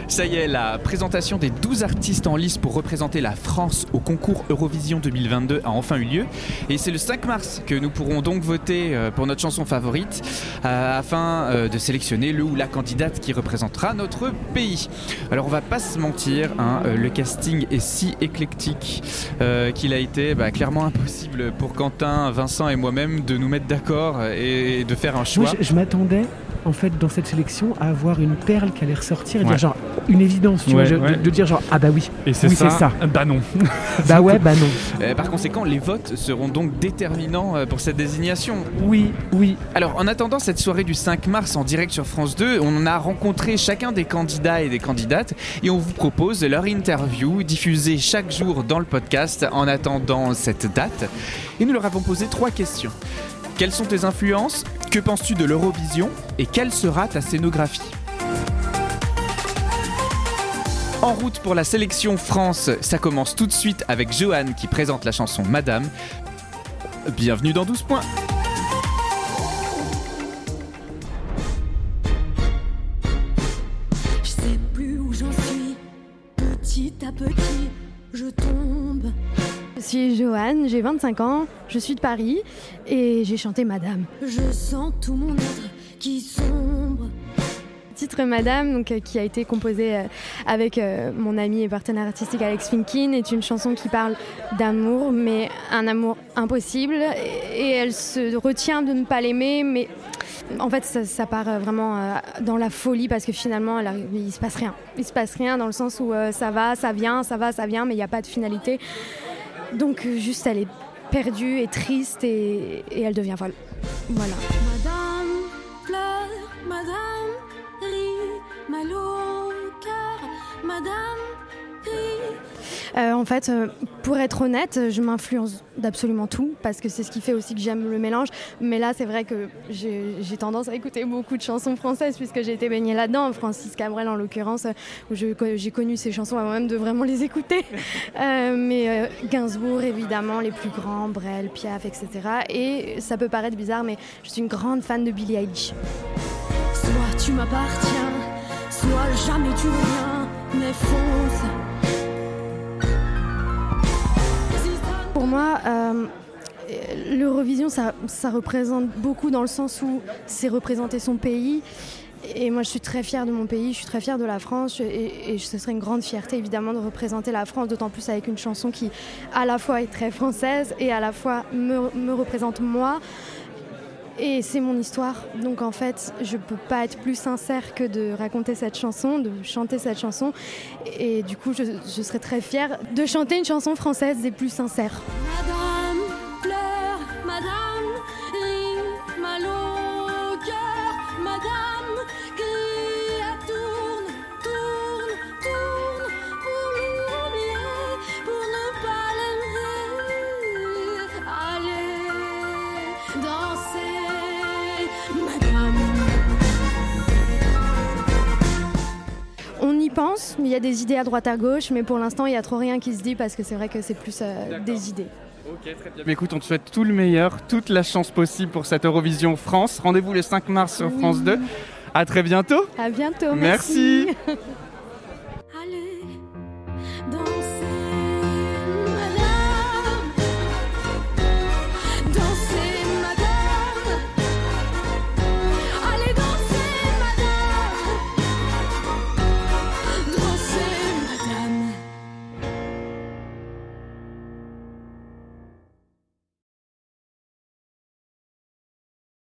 Ça y est, la présentation des 12 artistes en lice pour représenter la France au concours Eurovision 2022 a enfin eu lieu. Et c'est le 5 mars que nous pourrons donc voter pour notre chanson favorite afin de sélectionner le ou la candidate qui représentera notre pays. Alors on va pas se mentir, le casting est si éclectique qu'il a été clairement impossible pour Quentin, Vincent et moi-même de nous mettre d'accord et de faire un choix. Moi, je m'attendais en fait dans cette sélection à avoir une perle qui allait ressortir et dire genre une évidence, tu vois, de dire genre ah bah oui, et c'est ça. Bah non. Bah ouais, bah non. Par conséquent, les votes seront donc déterminants pour cette désignation. Oui. Alors en attendant cette soirée du 5 mars en direct sur France 2, on a rencontré chacun des candidats et des candidates et on vous propose leur interview diffusée chaque jour dans le podcast en attendant cette date. Et nous leur avons posé 3 questions. Quelles sont tes influences ? Que penses-tu de l'Eurovision ? Et quelle sera ta scénographie ? En route pour la sélection France, ça commence tout de suite avec Johan qui présente la chanson Madame. Bienvenue dans 12 points. Je sais plus où j'en suis, petit à petit, je tombe. Je suis Joanne, j'ai 25 ans, je suis de Paris et j'ai chanté Madame. Je sens tout mon être qui sombre. Titre Madame, donc, qui a été composé avec mon ami et partenaire artistique Alex Finkin, est une chanson qui parle d'amour, mais un amour impossible. Et elle se retient de ne pas l'aimer, mais en fait ça part vraiment dans la folie parce que finalement il se passe rien. Il se passe rien dans le sens où ça va, ça vient, mais il n'y a pas de finalité. Donc juste elle est perdue et triste et elle devient folle. Voilà. Madame pleure, madame rit, mal au cœur, madame rit. En fait, pour être honnête, je m'influence d'absolument tout parce que c'est ce qui fait aussi que j'aime le mélange. Mais là, c'est vrai que j'ai tendance à écouter beaucoup de chansons françaises puisque j'ai été baignée là-dedans. Francis Cabrel, en l'occurrence, où j'ai connu ces chansons avant même de vraiment les écouter. Mais Gainsbourg, évidemment, les plus grands, Brel, Piaf, etc. Et ça peut paraître bizarre, mais je suis une grande fan de Billie Eilish. Soit tu m'appartiens, soit jamais tu reviens, mais fonce. Pour moi, l'Eurovision, ça représente beaucoup dans le sens où c'est représenter son pays. Et moi, je suis très fière de mon pays, je suis très fière de la France. Et ce serait une grande fierté, évidemment, de représenter la France, d'autant plus avec une chanson qui, à la fois, est très française et à la fois me représente moi. Et c'est mon histoire, donc en fait, je peux pas être plus sincère que de raconter cette chanson, de chanter cette chanson. Et du coup, je serais très fière de chanter une chanson française des plus sincères. Madame pleure, madame rit, mal au cœur, madame crie, elle tourne, pour l'oublier, pour ne pas l'aimer. Allez, danser, madame. On y pense, il y a des idées à droite à gauche, mais pour l'instant, il n'y a trop rien qui se dit parce que c'est vrai que c'est plus des idées. Ok, très bien. Mais écoute, on te souhaite tout le meilleur, toute la chance possible pour cette Eurovision France. Rendez-vous le 5 mars sur France 2. À très bientôt. À bientôt, merci.